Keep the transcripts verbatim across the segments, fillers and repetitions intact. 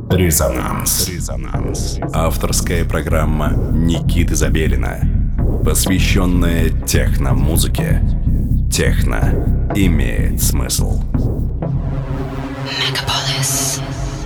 Резонанс. Резонанс. Авторская программа Никиты Забелина, посвященная техно-музыке. Техно имеет смысл. Мегаполис.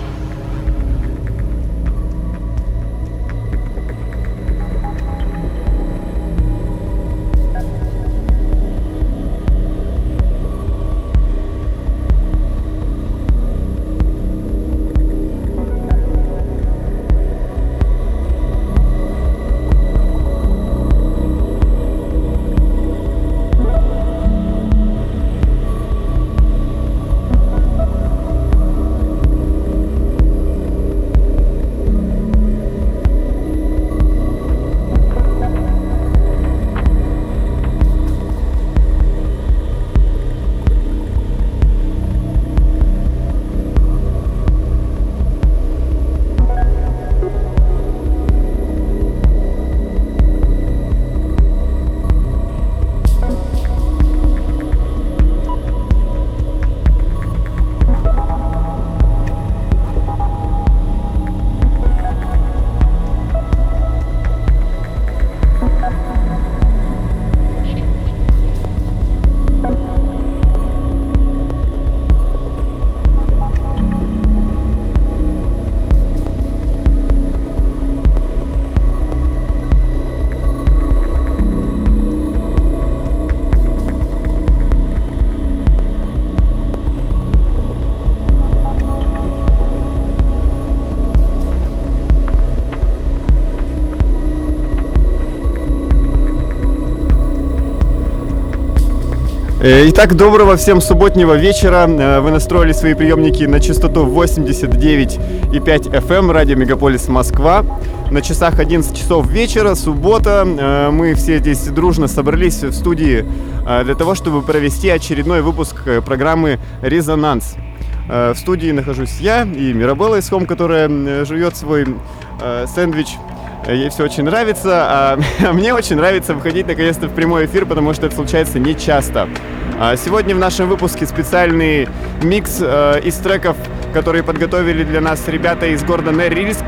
Итак, доброго всем субботнего вечера. Вы настроили свои приемники на частоту восемьдесят девять и пять эф эм, радио Мегаполис Москва. На часах одиннадцать часов вечера, суббота. Мы все здесь дружно собрались в студии для того, чтобы провести очередной выпуск программы «Резонанс». В студии нахожусь я и Мирабелла из Хом, которая жует свой сэндвич. Ей все очень нравится, а мне очень нравится выходить наконец-то в прямой эфир, потому что это случается не часто. Сегодня в нашем выпуске специальный микс э, из треков, которые подготовили для нас ребята из города Норильск.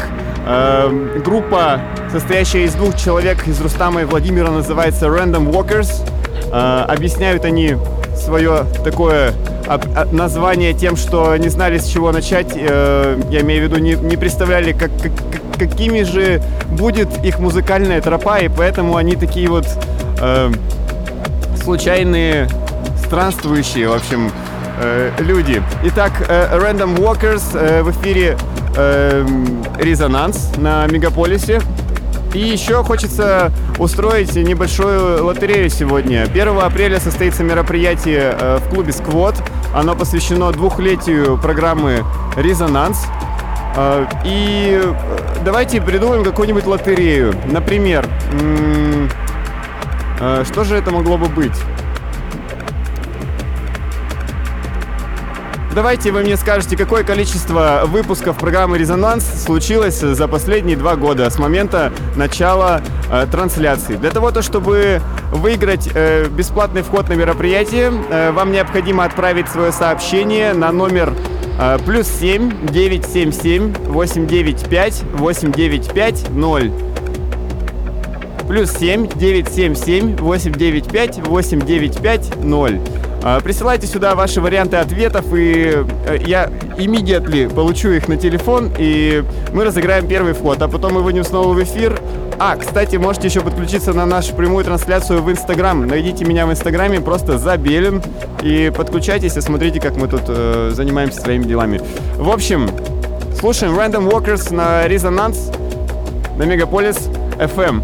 Э, группа, состоящая из двух человек, из Рустама и Владимира, называется Random Walkers. Э, объясняют они свое такое об, об, название тем, что не знали, с чего начать. Э, я имею в виду, не, не представляли, как, как, какими же будет их музыкальная тропа, и поэтому они такие вот э, случайные, странствующие, в общем, э, люди. Итак, э, Random Walkers э, в эфире э, «Резонанс» на Мегаполисе. И еще хочется устроить небольшую лотерею сегодня. первого апреля состоится мероприятие э, в клубе «Сквот». Оно посвящено двухлетию программы «Резонанс». Э, и давайте придумаем какую-нибудь лотерею. Например, м- э, что же это могло бы быть? Давайте вы мне скажете, какое количество выпусков программы «Резонанс» случилось за последние два года с момента начала э, трансляции. Для того, чтобы выиграть э, бесплатный вход на мероприятие, э, вам необходимо отправить свое сообщение на номер э, плюс семь девятьсот семьдесят семь восемьсот девяносто пять восемьсот девяносто пять ноль. Плюс семь девятьсот семьдесят семь восемьсот девяносто пять восемьсот девяносто пять ноль. Присылайте сюда ваши варианты ответов, и я immediately получу их на телефон, и мы разыграем первый вход, а потом мы выйдем снова в эфир. А, кстати, можете еще подключиться на нашу прямую трансляцию в Инстаграм. Найдите меня в Инстаграме, просто Забелин, и подключайтесь и смотрите, как мы тут э, занимаемся своими делами. В общем, слушаем Random Walkers на Резонанс на Мегаполис эф эм.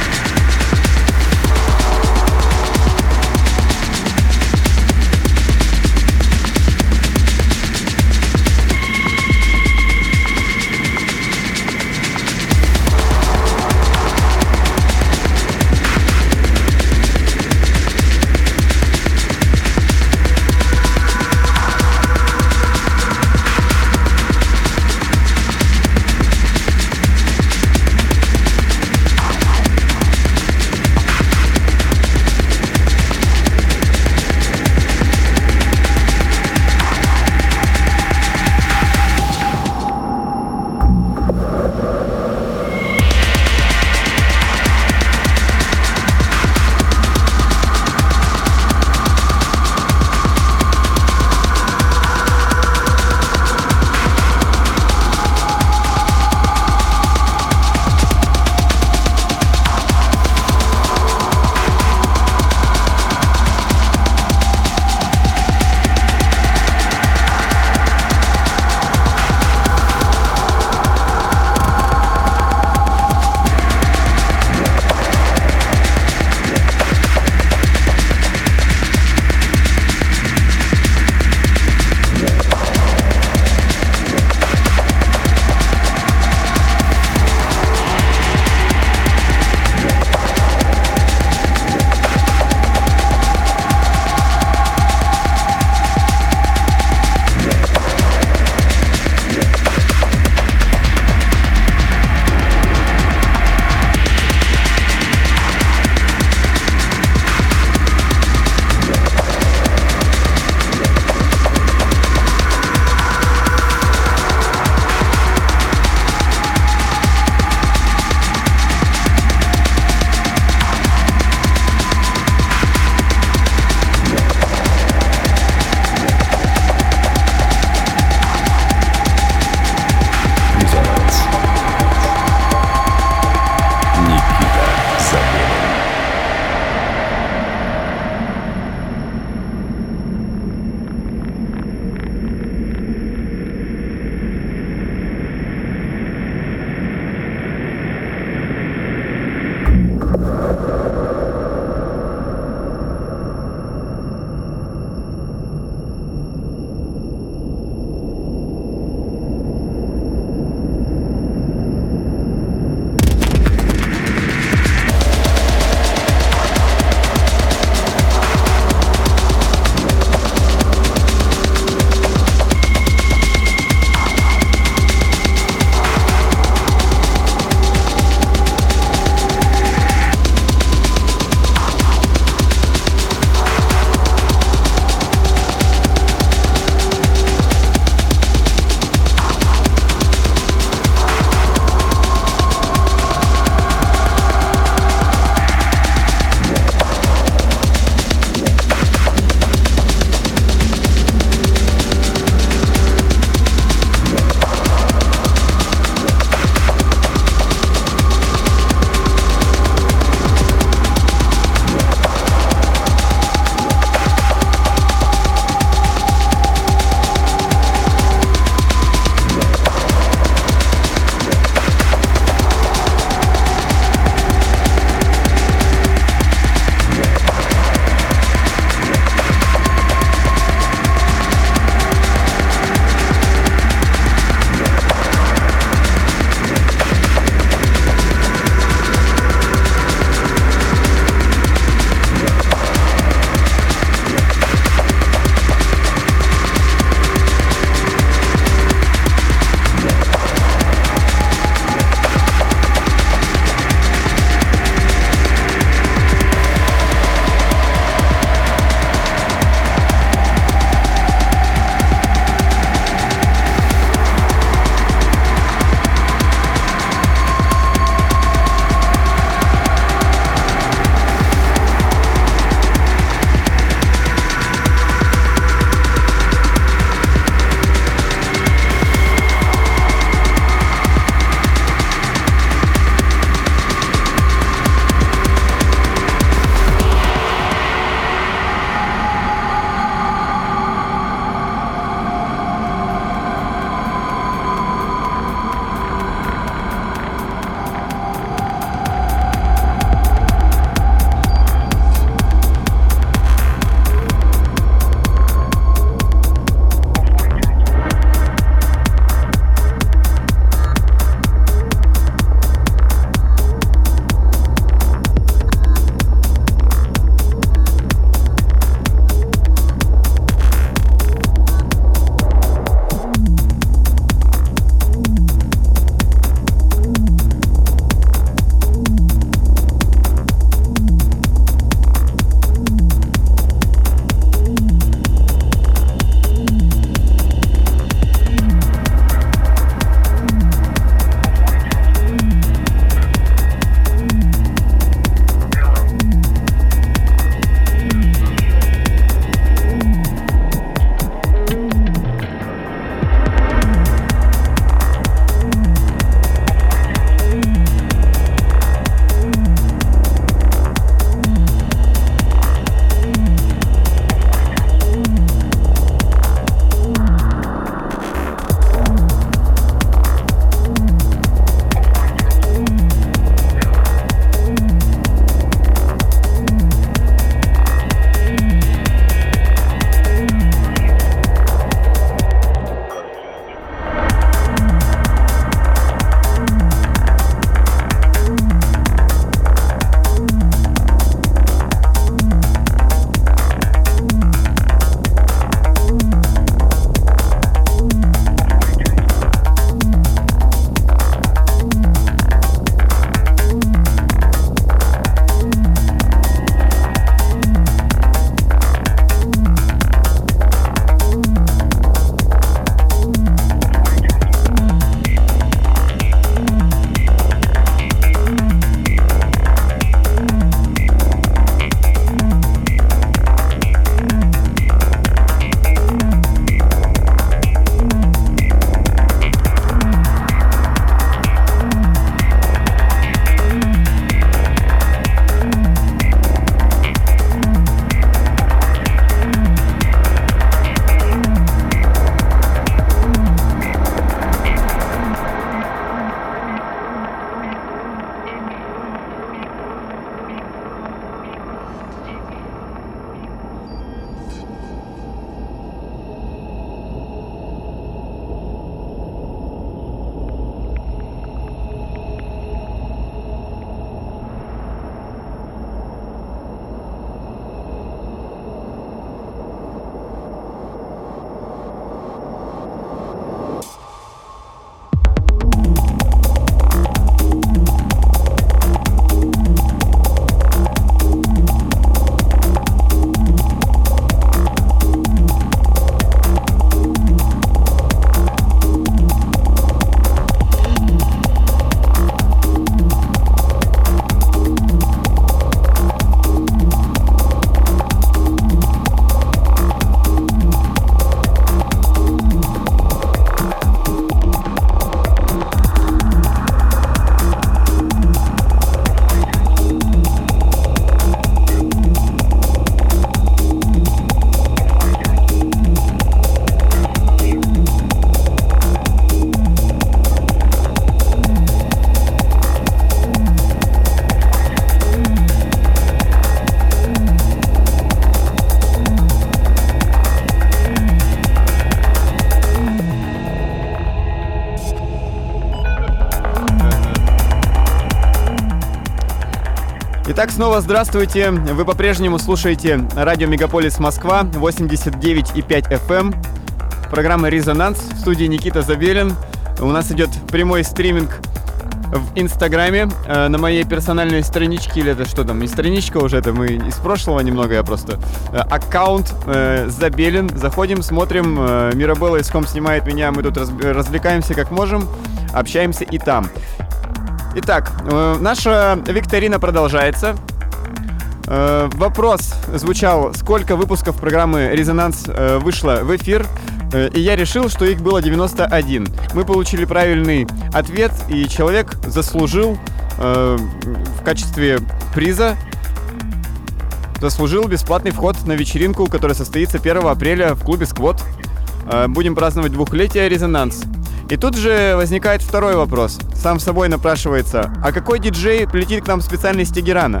Итак, снова здравствуйте. Вы по-прежнему слушаете радио Мегаполис Москва, восемьдесят девять и пять эф эм. Программа «Резонанс». В студии Никита Забелин. У нас идет прямой стриминг в Инстаграме, э, на моей персональной страничке, или это что там, не страничка уже, это мы из прошлого немного, я просто... Э, аккаунт э, Забелин. Заходим, смотрим. Э, Мирабелла Исхом снимает меня, мы тут раз, развлекаемся как можем, общаемся и там. Итак, э, наша викторина продолжается. Э, вопрос звучал, сколько выпусков программы «Резонанс» э, вышло в эфир. И я решил, что их было девяносто один. Мы получили правильный ответ, и человек заслужил э, в качестве приза заслужил бесплатный вход на вечеринку, которая состоится первого апреля в клубе «Сквот». Э, будем праздновать двухлетие «Резонанс». И тут же возникает второй вопрос. Сам собой напрашивается, а какой диджей прилетит к нам специально из Тегерана?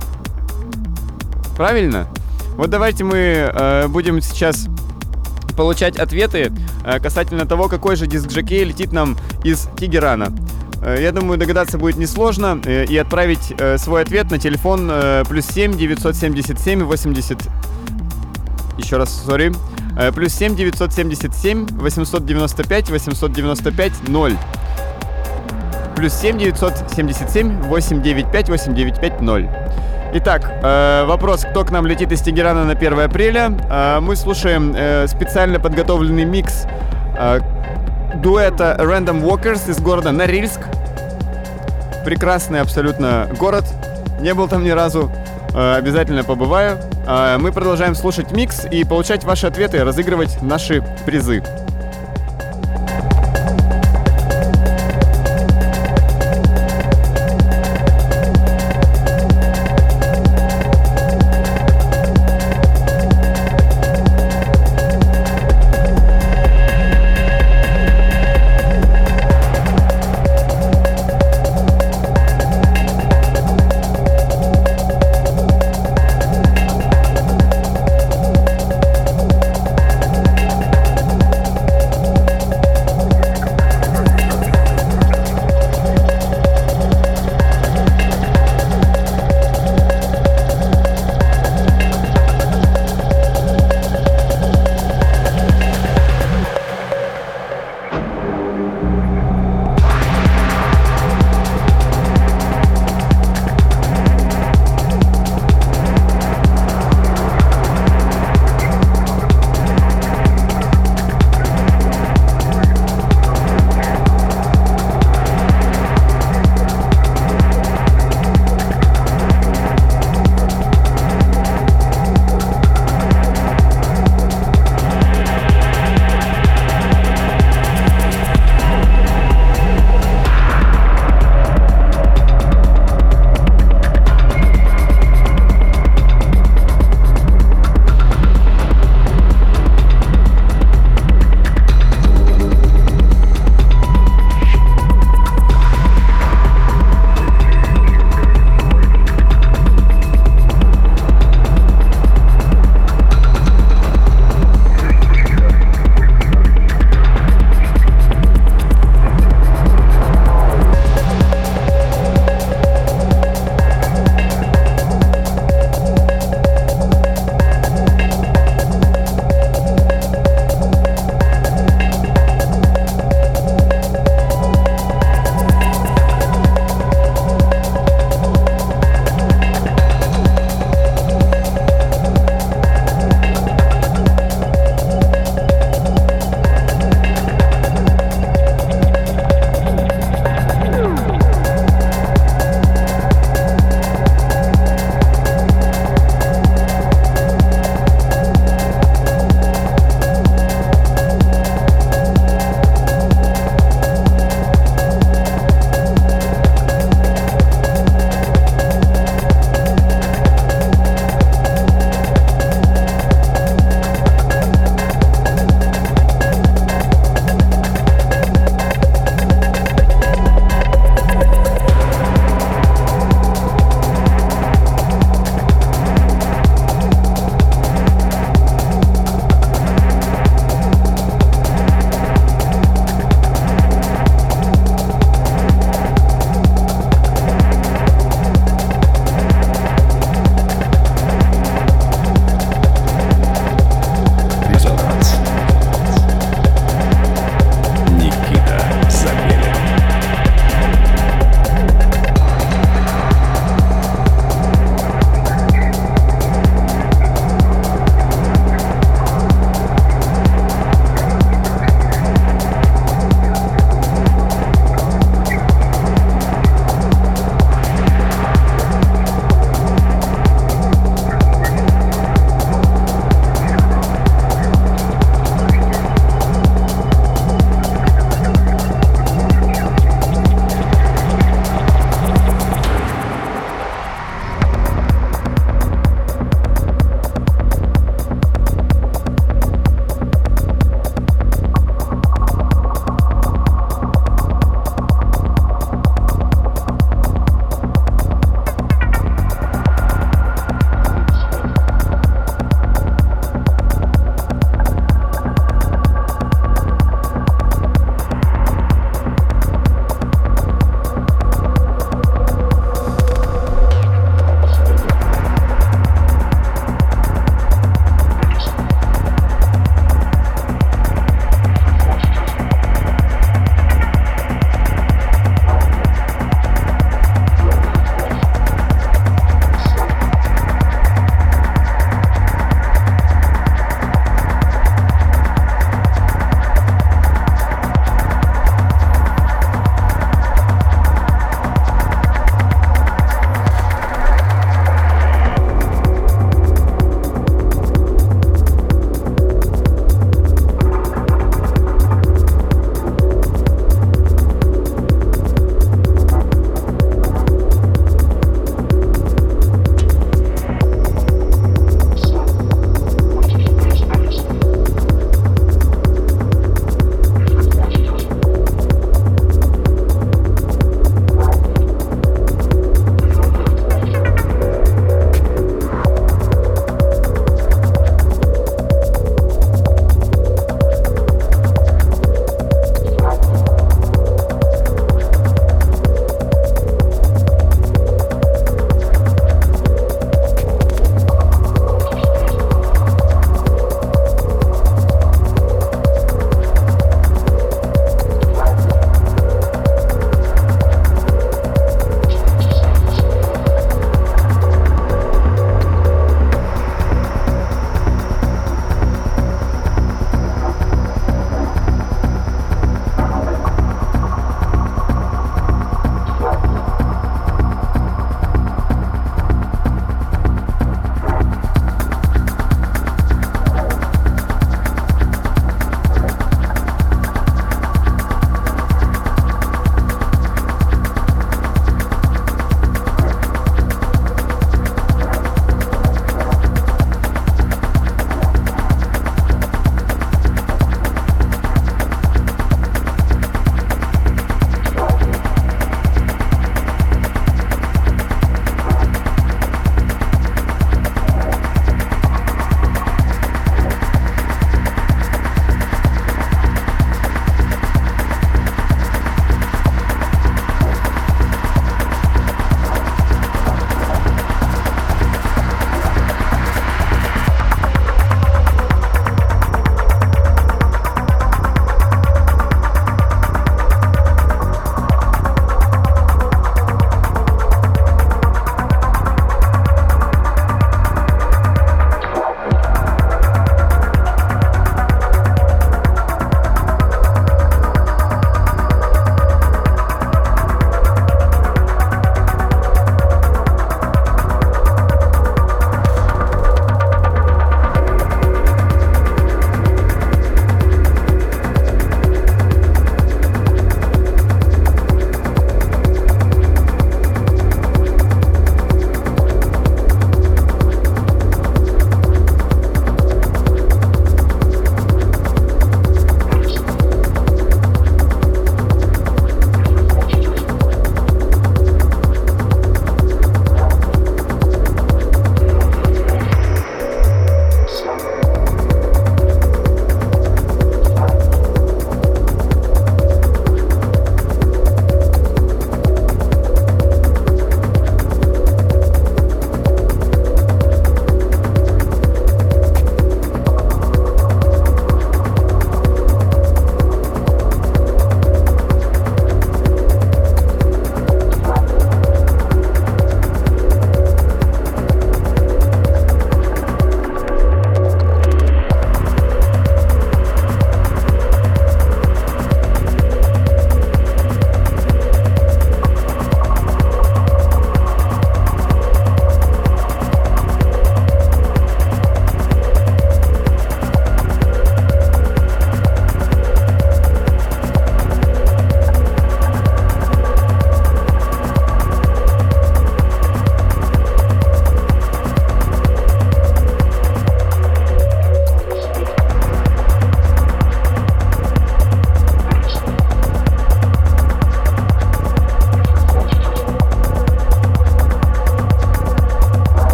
Правильно? Вот давайте мы э, будем сейчас получать ответы э, касательно того, какой же диск-жокей летит нам из Тегерана. Э, я думаю, догадаться будет несложно э, и отправить э, свой ответ на телефон э, плюс семь девятьсот семьдесят семь восемьдесят... Еще раз, сори. Э, плюс семь девятьсот семьдесят семь восемьсот девяносто пять восемьсот девяносто пять ноль. Плюс семь девятьсот семьдесят семь восемьсот девяносто пять восемьсот девяносто пять ноль. Итак, э, вопрос, кто к нам летит из Тегерана на первое апреля. Э, мы слушаем э, специально подготовленный микс э, дуэта Random Walkers из города Норильск. Прекрасный абсолютно город. Не был там ни разу. Э, обязательно побываю. Э, мы продолжаем слушать микс и получать ваши ответы, разыгрывать наши призы.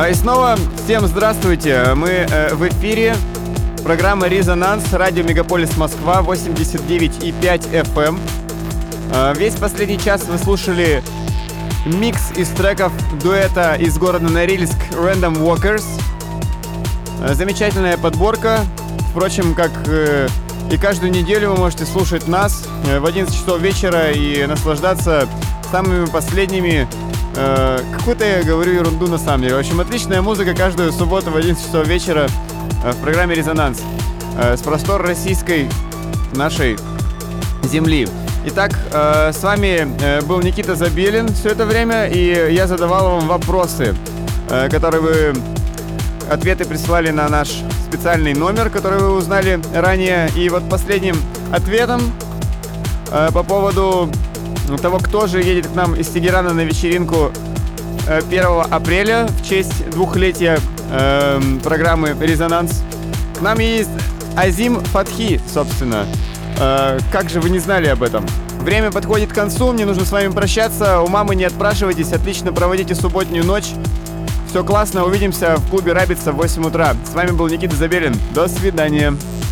И снова всем здравствуйте. Мы в эфире. Программа «Резонанс», радио Мегаполис Москва, восемьдесят девять и пять эф эм. Весь последний час вы слушали микс из треков дуэта из города Норильск Random Walkers. Замечательная подборка. Впрочем, как и каждую неделю вы можете слушать нас в одиннадцать часов вечера и наслаждаться самыми последними... Э, какую-то я говорю ерунду на самом деле. В общем, отличная музыка каждую субботу в одиннадцать часов вечера э, в программе «Резонанс» э, с простор российской нашей земли. Итак, э, с вами э, был Никита Забелин все это время, и я задавал вам вопросы, э, которые вы... Ответы прислали на наш специальный номер, который вы узнали ранее. И вот последним ответом э, по поводу того, кто же едет к нам из Тегерана на вечеринку э, первого апреля в честь двухлетия э, программы «Резонанс». К нам есть Азим Фатхи, собственно. Э, как же вы не знали об этом? Время подходит к концу, мне нужно с вами прощаться. У мамы не отпрашивайтесь, отлично проводите субботнюю ночь. Все классно, увидимся в клубе «Рабица» в восемь утра. С вами был Никита Забелин. До свидания.